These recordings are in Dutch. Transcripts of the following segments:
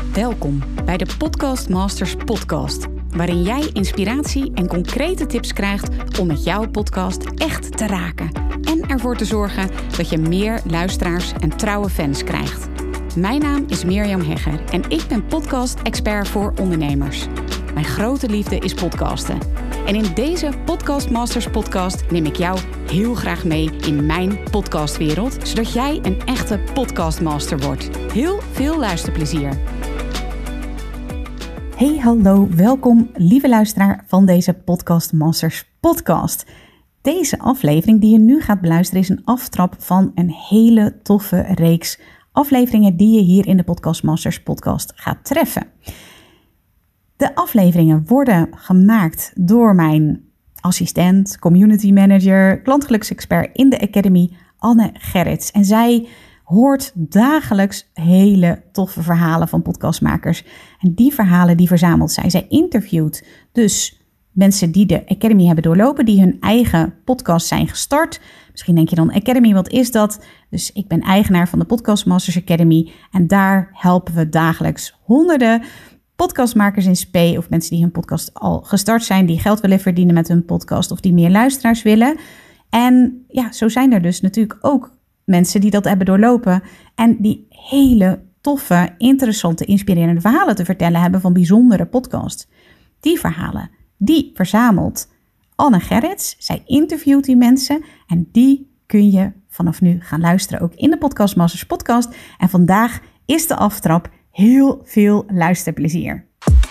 Welkom bij de Podcast Masters podcast, waarin jij inspiratie en concrete tips krijgt om met jouw podcast echt te raken en ervoor te zorgen dat je meer luisteraars en trouwe fans krijgt. Mijn naam is Mirjam Hegger en ik ben podcast-expert voor ondernemers. Mijn grote liefde is podcasten. En in deze Podcast Masters podcast neem ik jou heel graag mee in mijn podcastwereld, zodat jij een echte podcastmaster wordt. Heel veel luisterplezier. Hey, hallo, welkom lieve luisteraar van deze Podcast Masters podcast. Deze aflevering die je nu gaat beluisteren is een aftrap van een hele toffe reeks afleveringen die je hier in de Podcast Masters podcast gaat treffen. De afleveringen worden gemaakt door mijn assistent, community manager, klantgeluksexpert in de Academy, Anne Gerrits. En zij hoort dagelijks hele toffe verhalen van podcastmakers. En die verhalen die verzamelt zij. Zij interviewt dus mensen die de Academy hebben doorlopen, die hun eigen podcast zijn gestart. Misschien denk je dan, Academy, wat is dat? Dus ik ben eigenaar van de Podcast Masters Academy. En daar helpen we dagelijks honderden podcastmakers in SP of mensen die hun podcast al gestart zijn, die geld willen verdienen met hun podcast of die meer luisteraars willen. En ja, zo zijn er dus natuurlijk ook mensen die dat hebben doorlopen en die hele toffe, interessante, inspirerende verhalen te vertellen hebben van bijzondere podcasts. Die verhalen, die verzamelt Anne Gerrits. Zij interviewt die mensen en die kun je vanaf nu gaan luisteren ook in de Podcast Masters podcast. En vandaag is de aftrap. Heel veel luisterplezier.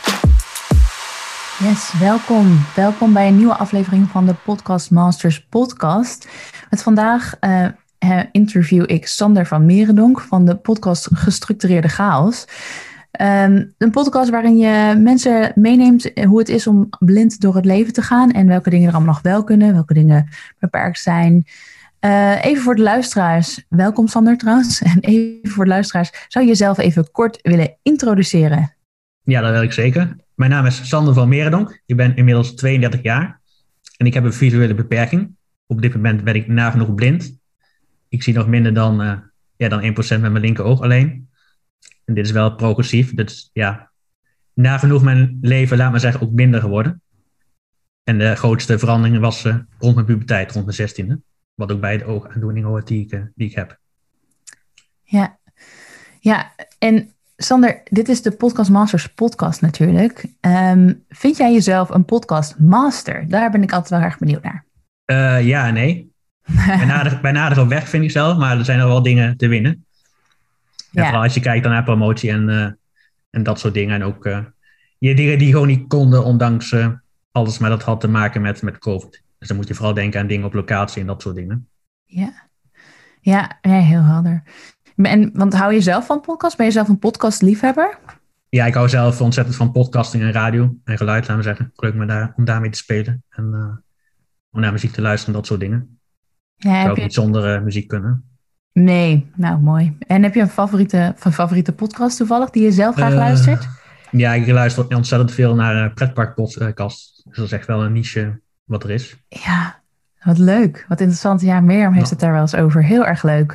Yes, welkom bij een nieuwe aflevering van de Podcast Masters podcast. Met vandaag interview ik Sander van Merendonk van de podcast Gestructureerde Chaos. Een podcast waarin je mensen meeneemt hoe het is om blind door het leven te gaan en welke dingen er allemaal nog wel kunnen, welke dingen beperkt zijn. Even voor de luisteraars, welkom Sander trouwens, en even voor de luisteraars, zou je jezelf even kort willen introduceren? Ja, dat wil ik zeker. Mijn naam is Sander van Merendonk, ik ben inmiddels 32 jaar en ik heb een visuele beperking. Op dit moment ben ik nagenoeg blind. Ik zie nog minder dan 1% met mijn linkeroog alleen. En dit is wel progressief, dus ja, nagenoeg mijn leven, laat maar zeggen, ook minder geworden. En de grootste verandering was rond mijn puberteit, rond mijn 16e. Wat ook bij de oogaandoening hoort die ik heb. Ja, en Sander, dit is de Podcast Masters podcast natuurlijk. Vind jij jezelf een podcast master? Daar ben ik altijd wel erg benieuwd naar. Ja en nee. Bij nader op weg vind ik zelf, maar er zijn nog wel dingen te winnen. Ja. Vooral als je kijkt dan naar promotie en dat soort dingen. En ook dingen die gewoon niet konden, ondanks alles, maar dat had te maken met COVID. Dus dan moet je vooral denken aan dingen op locatie en dat soort dingen. Ja, heel helder. Want hou je zelf van podcast? Ben je zelf een podcastliefhebber? Ja, ik hou zelf ontzettend van podcasting en radio en geluid, laten we zeggen. Leuk om daarmee te spelen en om naar muziek te luisteren en dat soort dingen. Ja, zou ook niet zonder muziek kunnen. Nee, nou mooi. En heb je een favoriete podcast toevallig die je zelf graag luistert? Ja, ik luister ontzettend veel naar pretparkpodcasts. Dus dat is echt wel een niche wat er is. Ja, wat leuk. Wat interessant. Ja, Mirjam heeft het daar wel eens over. Heel erg leuk.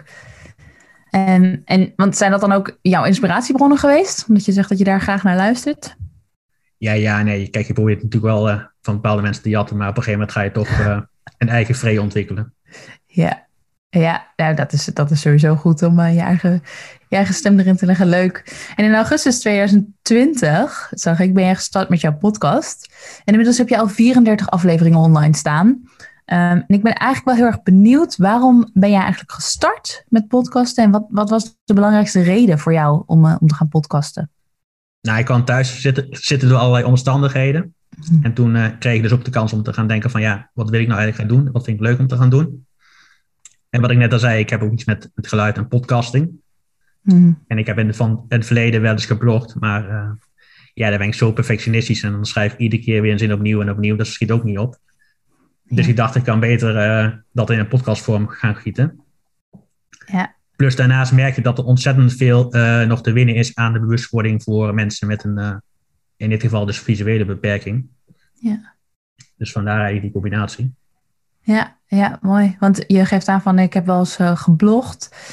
Want zijn dat dan ook jouw inspiratiebronnen geweest? Omdat je zegt dat je daar graag naar luistert? Ja, nee. Kijk, je probeert natuurlijk wel van bepaalde mensen te jatten. Maar op een gegeven moment ga je toch een eigen vrede ontwikkelen. Ja, nou, dat is sowieso goed om je eigen stem erin te leggen. Leuk. En in augustus 2020, zag ik, ben je gestart met jouw podcast. En inmiddels heb je al 34 afleveringen online staan. En ik ben eigenlijk wel heel erg benieuwd, waarom ben jij eigenlijk gestart met podcasten? En wat was de belangrijkste reden voor jou om te gaan podcasten? Nou, ik kwam thuis zitten door allerlei omstandigheden. En toen kreeg ik dus ook de kans om te gaan denken van ja, wat wil ik nou eigenlijk gaan doen? Wat vind ik leuk om te gaan doen? En wat ik net al zei, ik heb ook iets met geluid en podcasting. En ik heb in het verleden wel eens geblogd, maar daar ben ik zo perfectionistisch en dan schrijf ik iedere keer weer een zin opnieuw en opnieuw. Dat schiet ook niet op. Dus ik dacht, ik kan beter dat in een podcastvorm gaan gieten. Ja. Plus daarnaast merk je dat er ontzettend veel nog te winnen is aan de bewustwording voor mensen met een, in dit geval dus visuele beperking. Ja. Dus vandaar eigenlijk die combinatie. Ja, mooi. Want je geeft aan van, ik heb wel eens geblogd.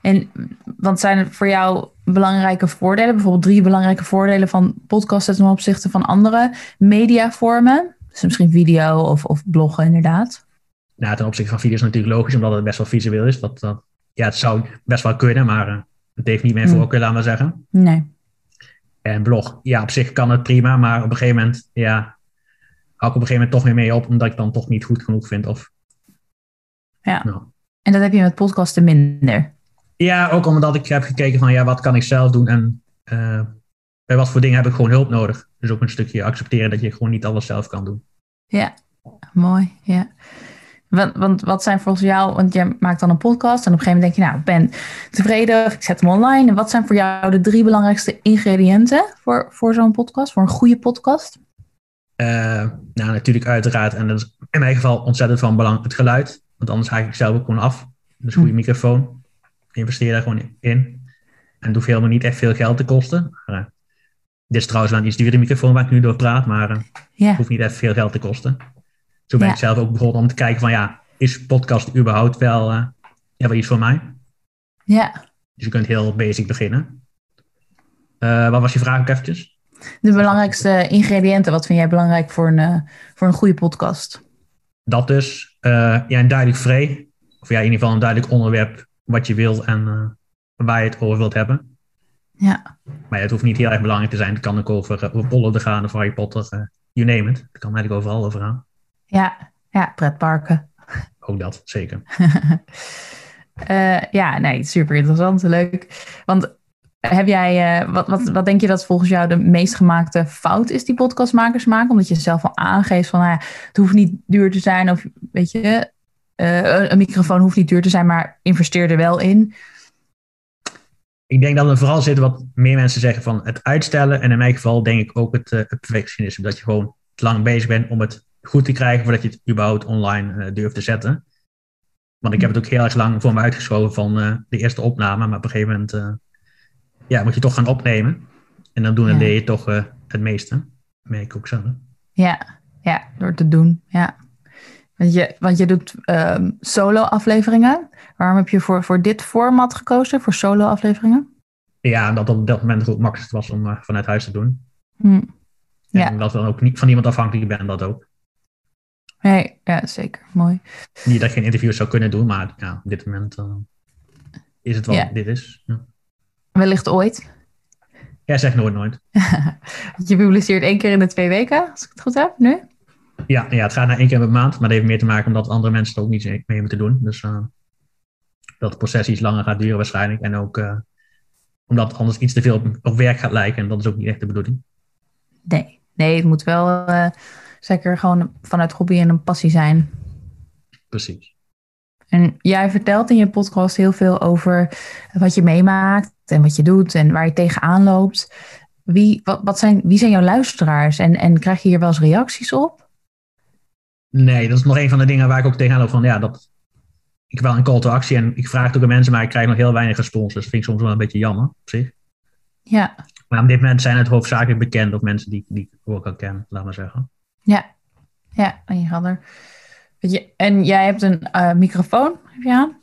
En wat zijn er voor jou belangrijke voordelen? Bijvoorbeeld 3 belangrijke voordelen van podcasten ten opzichte van andere mediavormen? Dus misschien video of bloggen inderdaad. Nou, ten opzichte van video is het natuurlijk logisch, omdat het best wel visueel is. Het zou best wel kunnen, maar het heeft niet meer voorkeur, laten we zeggen. Nee. En blog, ja, op zich kan het prima, maar op een gegeven moment, hou ik op een gegeven moment toch weer mee op, omdat ik dan toch niet goed genoeg vind. Ja, En dat heb je met podcasten minder. Ja, ook omdat ik heb gekeken van, wat kan ik zelf doen en bij wat voor dingen heb ik gewoon hulp nodig. Dus ook een stukje accepteren dat je gewoon niet alles zelf kan doen. Ja, mooi, ja. Want wat zijn volgens jou, want jij maakt dan een podcast en op een gegeven moment denk je, ik ben tevreden of ik zet hem online. En wat zijn voor jou de 3 belangrijkste ingrediënten voor zo'n podcast, voor een goede podcast? Natuurlijk uiteraard, en dat is in mijn geval ontzettend van belang, het geluid. Want anders haak ik zelf ook gewoon af. Dus goede microfoon. Investeer daar gewoon in. En het hoeft helemaal niet echt veel geld te kosten. Dit is trouwens wel een iets duurde microfoon waar ik nu door praat, maar het hoeft niet echt veel geld te kosten. Zo ben ik zelf ook begonnen om te kijken van, is podcast überhaupt wel iets voor mij? Ja. Dus je kunt heel basic beginnen. Wat was je vraag ook eventjes? De belangrijkste ingrediënten, wat vind jij belangrijk voor een goede podcast? Dat dus, een duidelijk vrij. Of in ieder geval een duidelijk onderwerp wat je wil en waar je het over wilt hebben. Ja. Maar het hoeft niet heel erg belangrijk te zijn. Het kan ook over Pollard gaan of Harry Potter, you name it. Het kan eigenlijk overal over gaan. Ja, pretparken. Ook dat, zeker. Super interessant, leuk. Want heb jij, wat denk je dat volgens jou de meest gemaakte fout is die podcastmakers maken? Omdat je zelf al aangeeft van, het hoeft niet duur te zijn of weet je, een microfoon hoeft niet duur te zijn, maar investeer er wel in. Ik denk dat er vooral zit wat meer mensen zeggen van het uitstellen. En in mijn geval denk ik ook het perfectionisme. Dat je gewoon te lang bezig bent om het goed te krijgen voordat je het überhaupt online durft te zetten. Want ik heb het ook heel erg lang voor me uitgeschoven van de eerste opname. Maar op een gegeven moment moet je toch gaan opnemen. En dan leer je toch het meeste. Dat merk ik ook zelf. Ja, door te doen. Ja. Want je doet solo-afleveringen. Waarom heb je voor dit format gekozen, voor solo-afleveringen? Ja, omdat op dat moment het makkelijkst was om vanuit huis te doen. Ja. En dat dan ook niet van iemand afhankelijk ben, dat ook. Nee, ja, zeker. Mooi. Niet dat ik geen interviews zou kunnen doen, maar op dit moment is het wat dit is. Ja. Wellicht ooit. Ja, zeg nooit. Je publiceert 1 keer in de 2 weken, als ik het goed heb, nu? Ja, het gaat naar 1 keer per maand, maar dat heeft meer te maken omdat andere mensen er ook niet mee moeten doen. Dus dat het proces iets langer gaat duren waarschijnlijk. En ook omdat het anders iets te veel op werk gaat lijken en dat is ook niet echt de bedoeling. Nee, het moet wel zeker gewoon vanuit hobby en een passie zijn. Precies. En jij vertelt in je podcast heel veel over wat je meemaakt en wat je doet en waar je tegenaan loopt. Wie zijn jouw luisteraars en krijg je hier wel eens reacties op? Nee, dat is nog een van de dingen waar ik ook tegenaan loop van, dat ik wel een call to actie en ik vraag het ook aan mensen, maar ik krijg nog heel weinig respons. Dus dat vind ik soms wel een beetje jammer op zich. Ja. Maar op dit moment zijn het hoofdzakelijk bekend of mensen die ik ook al ken, laat maar zeggen. Ja, en je gaat er. Weet je, en jij hebt een microfoon, heb je aan?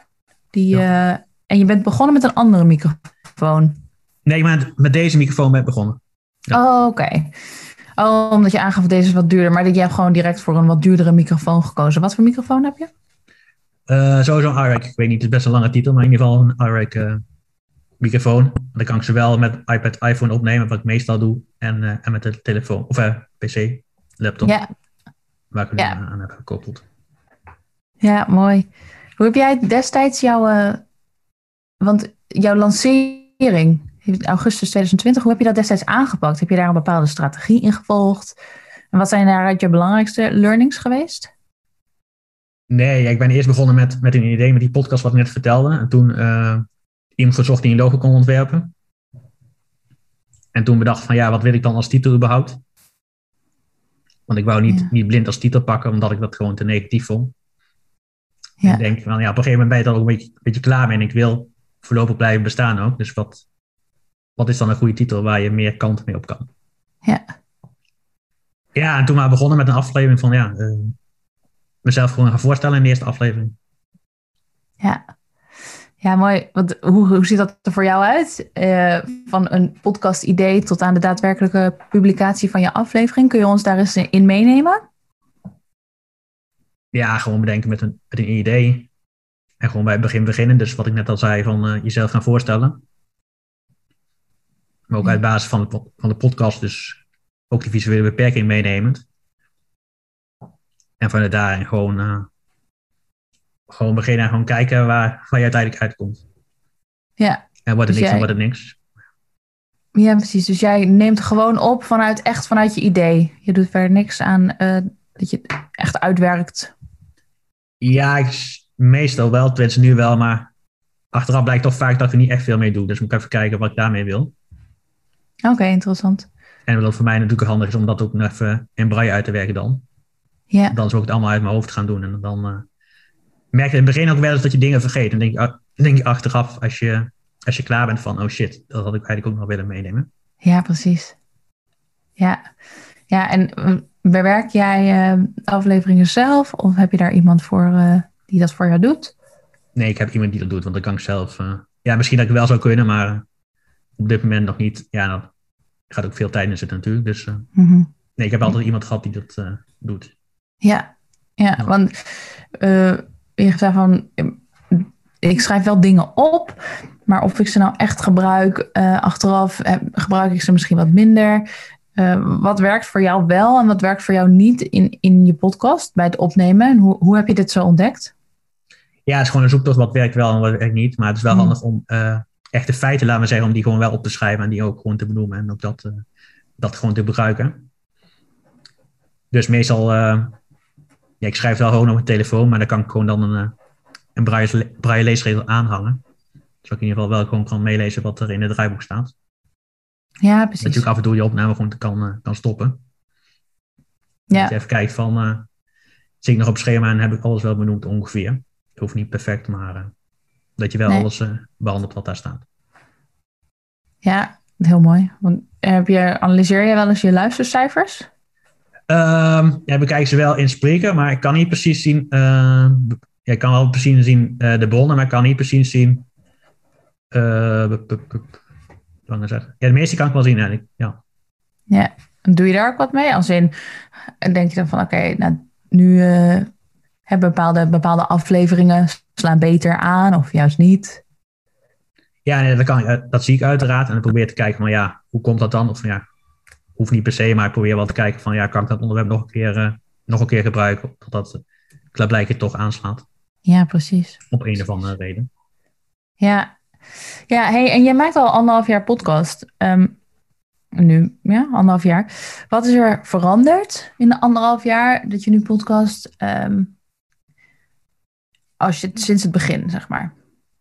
En je bent begonnen met een andere microfoon. Nee, maar met deze microfoon ben ik begonnen. Ja. Oh, oké. Oh, omdat je aangaf dat deze is wat duurder, maar dat jij hebt gewoon direct voor een wat duurdere microfoon gekozen. Wat voor microfoon heb je? Sowieso een iRig. Ik weet niet, het is best een lange titel, maar in ieder geval een iRig microfoon. Dan kan ik zowel met iPad, iPhone opnemen, wat ik meestal doe, en met de telefoon, of PC, laptop, waar ik het aan heb gekoppeld. Ja, mooi. Hoe heb jij destijds want jouw lancering in augustus 2020, hoe heb je dat destijds aangepakt? Heb je daar een bepaalde strategie in gevolgd? En wat zijn daaruit je belangrijkste learnings geweest? Nee, ik ben eerst begonnen met een idee met die podcast wat ik net vertelde. En toen iemand gezocht die een logo kon ontwerpen. En toen bedacht van wat wil ik dan als titel überhaupt? Want ik wou niet blind als titel pakken, omdat ik dat gewoon te negatief vond. Ja. Ik denk van op een gegeven moment ben je er ook een beetje klaar mee. En ik wil voorlopig blijven bestaan ook. Dus wat is dan een goede titel waar je meer kanten mee op kan? Ja, en toen maar begonnen met een aflevering van mezelf gewoon gaan voorstellen in de eerste aflevering. Ja, mooi. Hoe ziet dat er voor jou uit? Van een podcast-idee tot aan de daadwerkelijke publicatie van je aflevering. Kun je ons daar eens in meenemen? Ja, gewoon bedenken met een idee. En gewoon bij het begin beginnen. Dus wat ik net al zei, van jezelf gaan voorstellen. Maar ook uit basis van de podcast, dus ook die visuele beperking meenemend. En vanuit daar gewoon beginnen en gewoon kijken waar je uiteindelijk uitkomt. Ja. En wordt het Dus niks, dan wordt het niks. Ja, precies. Dus jij neemt gewoon op vanuit je idee. Je doet verder niks aan dat je het echt uitwerkt. Ja, meestal wel, tenminste nu wel, maar achteraf blijkt toch vaak dat ik er niet echt veel mee doe. Dus moet ik even kijken wat ik daarmee wil. Oké, interessant. En wat voor mij natuurlijk handig is om dat ook nog even in braille uit te werken dan. Ja. Dan is ook het allemaal uit mijn hoofd gaan doen. En dan merk je in het begin ook wel eens dat je dingen vergeet. Dan denk je achteraf als je klaar bent van, oh shit, dat had ik eigenlijk ook nog willen meenemen. Ja, precies. Ja, en bewerk jij afleveringen zelf? Of heb je daar iemand voor die dat voor jou doet? Nee, ik heb iemand die dat doet, want dan kan ik zelf... misschien dat ik wel zou kunnen, maar op dit moment nog niet. Ja, dan gaat ook veel tijd in zitten natuurlijk. Dus nee, ik heb altijd iemand gehad die dat doet. Ja, want je zei van... Ik schrijf wel dingen op, maar of ik ze nou echt gebruik achteraf, gebruik ik ze misschien wat minder. Wat werkt voor jou wel en wat werkt voor jou niet in je podcast bij het opnemen? En hoe heb je dit zo ontdekt? Ja, het is gewoon een zoektocht wat werkt wel en wat werkt niet. Maar het is wel handig om echte feiten, laten we zeggen, om die gewoon wel op te schrijven en die ook gewoon te benoemen en ook dat gewoon te gebruiken. Dus meestal, ik schrijf wel gewoon op mijn telefoon, maar dan kan ik gewoon dan een braille leesregel aanhangen. Zodat ik in ieder geval wel gewoon kan meelezen wat er in het draaiboek staat. Ja, precies. Dat je ook af en toe je opname gewoon kan stoppen. Ja. Dat je even kijkt van, zit ik nog op het schema en heb ik alles wel benoemd ongeveer. Het hoeft niet perfect, maar dat je wel alles behandelt wat daar staat. Ja, heel mooi. Want, analyseer je wel eens je luistercijfers? Bekijk ze wel in spreken, maar ik kan niet precies zien... ik kan wel precies zien de bronnen, maar ik kan niet precies zien... de meeste kan ik wel zien eigenlijk, ja. Ja, doe je daar ook wat mee? Als in, denk je dan van oké, nu hebben bepaalde afleveringen slaan beter aan of juist niet? Ja, nee, dat zie ik uiteraard. En dan probeer te kijken van hoe komt dat dan? Of hoeft niet per se, maar ik probeer wel te kijken van kan ik dat onderwerp nog een keer gebruiken? Totdat blijkbaar toch aanslaat. Ja, precies. Op een of andere reden. Ja, hey, en jij maakt al 1,5 jaar podcast. Nu, 1,5 jaar. Wat is er veranderd in de 1,5 jaar dat je nu podcast? Sinds het begin, zeg maar.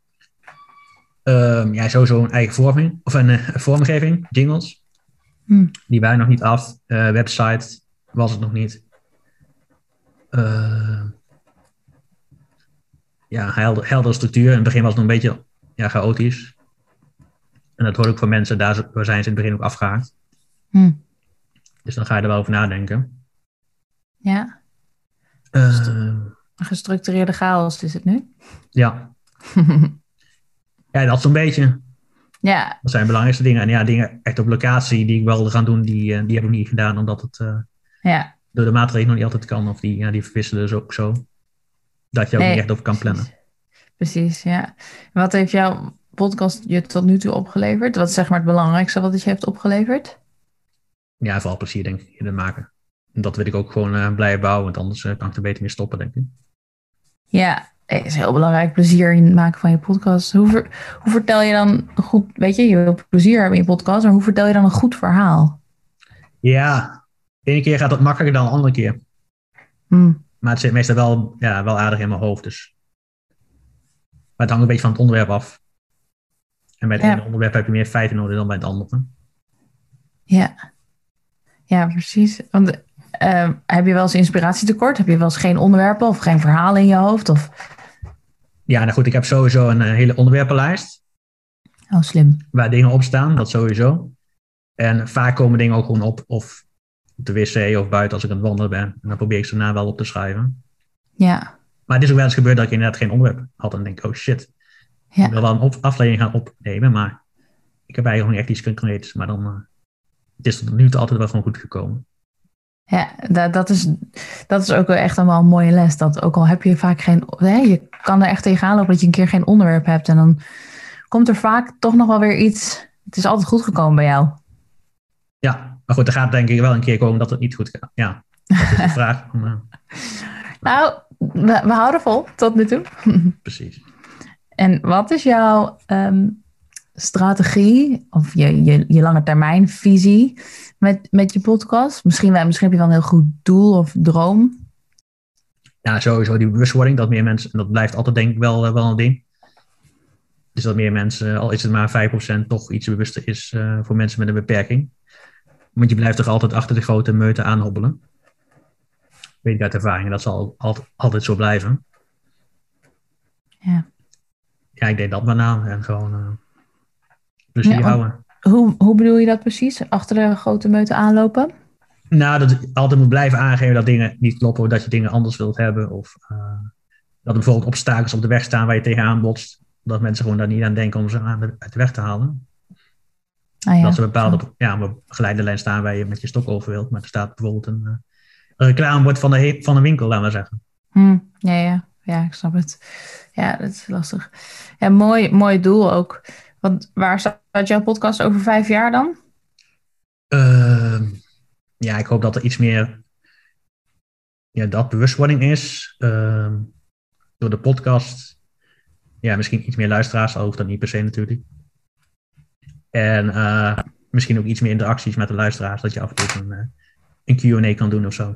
Sowieso een eigen vorming. Of een vormgeving, jingles. Die waren nog niet af. Website was het nog niet. Heldere structuur. In het begin was het nog een beetje chaotisch. En dat hoor ik van mensen, daar zijn ze in het begin ook afgehaakt. Dus dan ga je er wel over nadenken. Ja. Gestructureerde chaos is het nu. Ja. Ja, dat is een beetje. Ja. Dat zijn de belangrijkste dingen. En dingen echt op locatie die ik wel gaan doen, die heb ik niet gedaan. Omdat het door de maatregelen nog niet altijd kan. Of die verwisselen dus ook zo. Dat je ook niet echt over kan plannen. Precies, ja. Wat heeft jouw podcast je tot nu toe opgeleverd? Wat is zeg maar het belangrijkste wat het je heeft opgeleverd? Ja, vooral plezier denk ik in het maken. En dat wil ik ook gewoon blijven bouwen. Want anders kan ik er beter mee stoppen, denk ik. Ja, het is heel belangrijk plezier in het maken van je podcast. Hoe vertel je dan een goed... Weet je wil plezier hebben in je podcast. Maar hoe vertel je dan een goed verhaal? Ja, de ene keer gaat het makkelijker dan de andere keer. Maar het zit meestal wel aardig in mijn hoofd. Dus. Maar het hangt een beetje van het onderwerp af. En bij het ene onderwerp heb je meer feiten nodig dan bij het andere. Ja, precies. Want heb je wel eens inspiratietekort? Heb je wel eens geen onderwerpen of geen verhalen in je hoofd? Of... Ja, nou goed, ik heb sowieso een hele onderwerpenlijst. Oh, slim. Waar dingen op staan, dat sowieso. En vaak komen dingen ook gewoon op, of op de wc of buiten als ik aan het wandelen ben. En dan probeer ik ze daarna wel op te schrijven. Ja. Maar het is ook wel eens gebeurd dat ik inderdaad geen onderwerp had. En denk ik, oh shit, Ik wil wel een aflevering gaan opnemen, maar ik heb eigenlijk nog niet echt iets concreets. Maar dan het is tot nu toe altijd wel gewoon goed gekomen. Ja, dat is ook wel echt allemaal een mooie les. Dat ook al heb je vaak je kan er echt tegenaan lopen dat je een keer geen onderwerp hebt. En dan komt er vaak toch nog wel weer iets. Het is altijd goed gekomen bij jou. Ja, maar goed, er gaat denk ik wel een keer komen dat het niet goed gaat. Ja, dat is de vraag. Nou, we houden vol tot nu toe. Precies. En wat is jouw strategie of je lange termijn visie met je podcast? Misschien heb je wel een heel goed doel of droom. Ja, sowieso die bewustwording dat meer mensen, en dat blijft altijd denk ik wel een ding. Dus dat meer mensen, al is het maar 5%, toch iets bewuster is voor mensen met een beperking. Want je blijft toch altijd achter de grote meute aanhobbelen. Weet ik uit ervaring, dat zal altijd zo blijven. Ja. Ja, ik denk dat maar na en gewoon plezier houden. Hoe bedoel je dat precies? Achter de grote meute aanlopen? Nou, dat je altijd moet blijven aangeven dat dingen niet kloppen, dat je dingen anders wilt hebben. Of dat er bijvoorbeeld obstakels op de weg staan waar je tegenaan botst. Dat mensen gewoon daar niet aan denken om ze uit de weg te halen. Dat ze bepaalde geleide lijn staan waar je met je stok over wilt. Maar er staat bijvoorbeeld een reclamebord van een winkel, laten we zeggen. Ja, ik snap het. Ja, dat is lastig. Ja, mooi doel ook. Want waar staat jouw podcast over 5 jaar dan? Ja, ik hoop dat er iets meer dat bewustwording is. Door de podcast. Ja, misschien iets meer luisteraars, al hoeft dat niet per se natuurlijk. En misschien ook iets meer interacties met de luisteraars, dat je af en toe een Q&A kan doen of zo.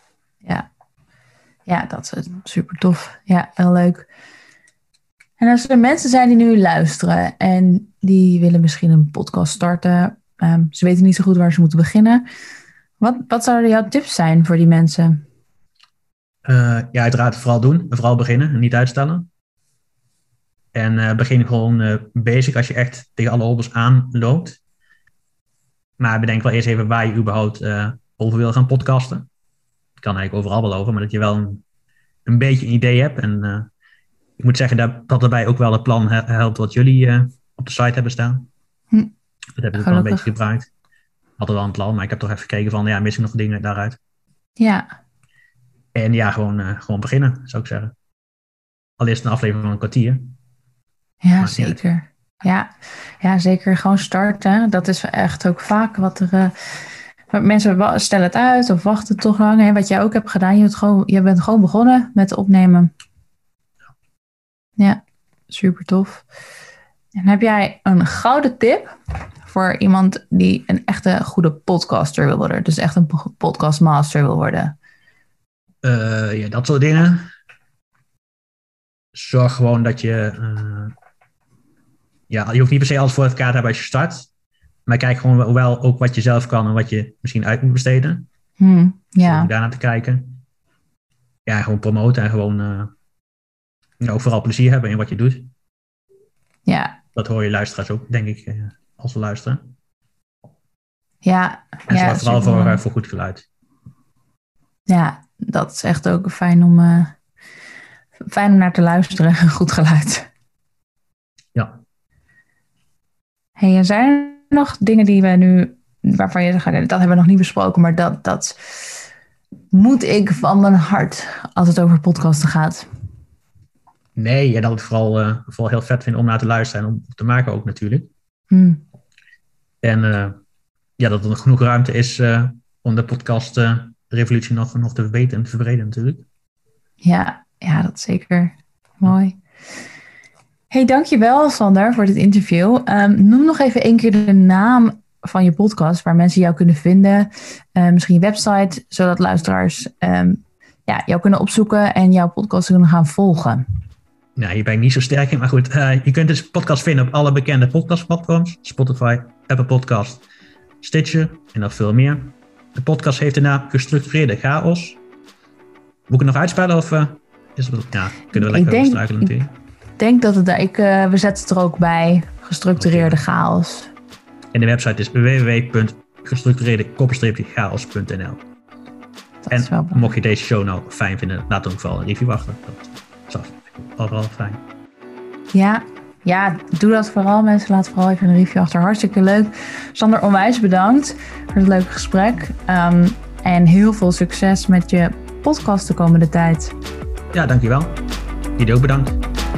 Ja, dat is super tof. Ja, heel leuk. En als er mensen zijn die nu luisteren en die willen misschien een podcast starten, ze weten niet zo goed waar ze moeten beginnen. Wat zouden jouw tips zijn voor die mensen? Uiteraard vooral doen, vooral beginnen en niet uitstellen. En begin gewoon basic als je echt tegen alle hobbels aanloopt. Maar bedenk wel eerst even waar je überhaupt over wil gaan podcasten. Het kan eigenlijk overal wel over, maar dat je wel een beetje een idee hebt. En ik moet zeggen dat erbij ook wel het plan helpt wat jullie op de site hebben staan. Dat heb ik ook wel een beetje gebruikt. Ik had er wel een plan, maar ik heb toch even gekeken van, mis ik nog dingen daaruit. Ja. En gewoon beginnen, zou ik zeggen. Al is het een aflevering van een kwartier. Ja, zeker. Ja, zeker. Gewoon starten. Dat is echt ook vaak wat mensen stellen het uit of wachten toch lang. Hè? Wat jij ook hebt gedaan. Je bent gewoon begonnen met opnemen. Ja, super tof. En heb jij een gouden tip voor iemand die een echte goede podcaster wil worden? Dus echt een podcastmaster wil worden? Dat soort dingen. Zorg gewoon dat je... je hoeft niet per se alles voor elkaar te hebben als je start. Maar kijk gewoon wel ook wat je zelf kan en wat je misschien uit moet besteden. Om daarna te kijken. Ja, gewoon promoten en gewoon ook vooral plezier hebben in wat je doet. Ja. Dat hoor je luisteraars ook, denk ik, als we luisteren. Ja. En zorg vooral voor goed geluid. Ja, dat is echt ook fijn om naar te luisteren. Goed geluid. Ja. Hey, en zijn er nog dingen die we nu, waarvan je zegt, dat hebben we nog niet besproken, maar dat moet ik van mijn hart als het over podcasten gaat? Nee, en dat ik vooral heel vet vind om naar te luisteren en om te maken ook natuurlijk. En dat er nog genoeg ruimte is om de podcast revolutie nog te verbeteren en te verbreden natuurlijk. Ja, dat zeker. Mooi. Hey, dankjewel Sander voor dit interview. Noem nog even 1 keer de naam van je podcast, waar mensen jou kunnen vinden. Misschien je website, zodat luisteraars jou kunnen opzoeken en jouw podcast kunnen gaan volgen. Nou, hier ben ik niet zo sterk in, maar goed. Je kunt dus podcast vinden op alle bekende podcastplatforms. Spotify, Apple Podcast, Stitcher en nog veel meer. De podcast heeft de naam Gestructureerde Chaos. Moet ik het nog uitspellen of is het... Ja, kunnen we lekker over struikelen natuurlijk. Ik denk dat we zetten het er ook bij. Gestructureerde chaos. En de website is www.gestructureerde-chaos.nl. En mocht je deze show nou fijn vinden, laat dan ook vooral een review achter. Dat is overal fijn. Ja, Ja, doe dat vooral. Mensen, laat vooral even een review achter. Hartstikke leuk. Sander, onwijs bedankt voor het leuke gesprek. En heel veel succes met je podcast de komende tijd. Ja, dankjewel. Jullie ook bedankt.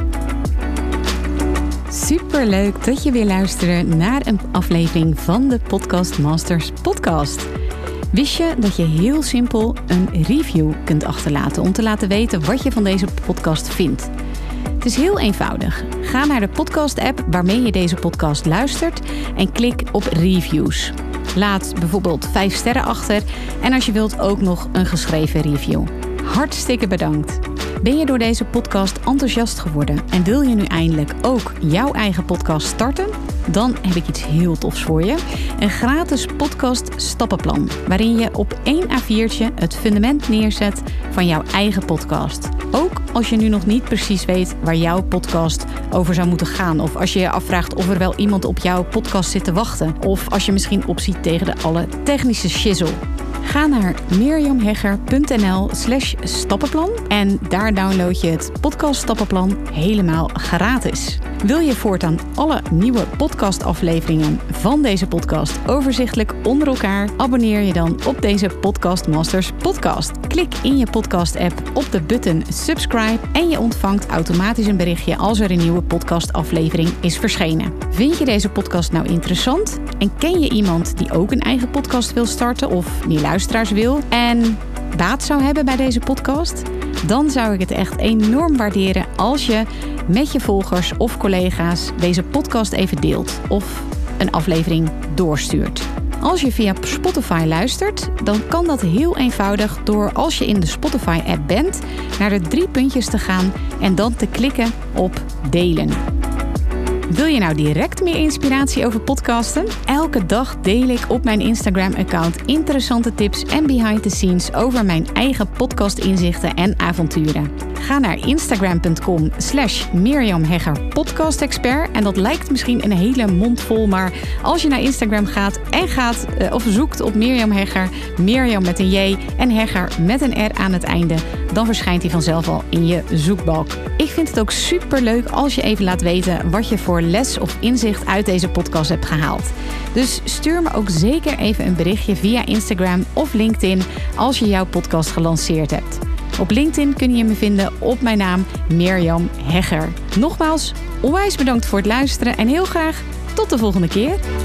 Superleuk dat je weer luisterde naar een aflevering van de Podcast Masters podcast. Wist je dat je heel simpel een review kunt achterlaten om te laten weten wat je van deze podcast vindt? Het is heel eenvoudig. Ga naar de podcast-app waarmee je deze podcast luistert en klik op reviews. Laat bijvoorbeeld 5 sterren achter en als je wilt ook nog een geschreven review. Hartstikke bedankt. Ben je door deze podcast enthousiast geworden en wil je nu eindelijk ook jouw eigen podcast starten? Dan heb ik iets heel tofs voor je. Een gratis podcast stappenplan, waarin je op 1 A4'tje het fundament neerzet van jouw eigen podcast. Ook als je nu nog niet precies weet waar jouw podcast over zou moeten gaan. Of als je je afvraagt of er wel iemand op jouw podcast zit te wachten. Of als je misschien opziet tegen de alle technische shizzle. Ga naar miriamhegger.nl/stappenplan en daar download je het podcast stappenplan helemaal gratis. Wil je voortaan alle nieuwe podcastafleveringen van deze podcast overzichtelijk onder elkaar? Abonneer je dan op deze Podcast Masters podcast. Klik in je podcast app op de button subscribe en je ontvangt automatisch een berichtje als er een nieuwe podcastaflevering is verschenen. Vind je deze podcast nou interessant? En ken je iemand die ook een eigen podcast wil starten of die luisteraars wil en baat zou hebben bij deze podcast? Dan zou ik het echt enorm waarderen als je met je volgers of collega's deze podcast even deelt of een aflevering doorstuurt. Als je via Spotify luistert, dan kan dat heel eenvoudig door als je in de Spotify-app bent, naar de 3 puntjes te gaan en dan te klikken op delen. Wil je nou direct meer inspiratie over podcasten? Elke dag deel ik op mijn Instagram-account interessante tips en behind the scenes over mijn eigen podcastinzichten en avonturen. Ga naar instagram.com/miriamheggerpodcastexpert en dat lijkt misschien een hele mond vol, maar als je naar Instagram gaat en of zoekt op Miriam Hegger, Miriam met een J en Hegger met een R aan het einde, dan verschijnt hij vanzelf al in je zoekbalk. Ik vind het ook superleuk als je even laat weten wat je voor les of inzicht uit deze podcast hebt gehaald. Dus stuur me ook zeker even een berichtje via Instagram of LinkedIn als je jouw podcast gelanceerd hebt. Op LinkedIn kun je me vinden op mijn naam Miriam Hegger. Nogmaals, onwijs bedankt voor het luisteren en heel graag tot de volgende keer.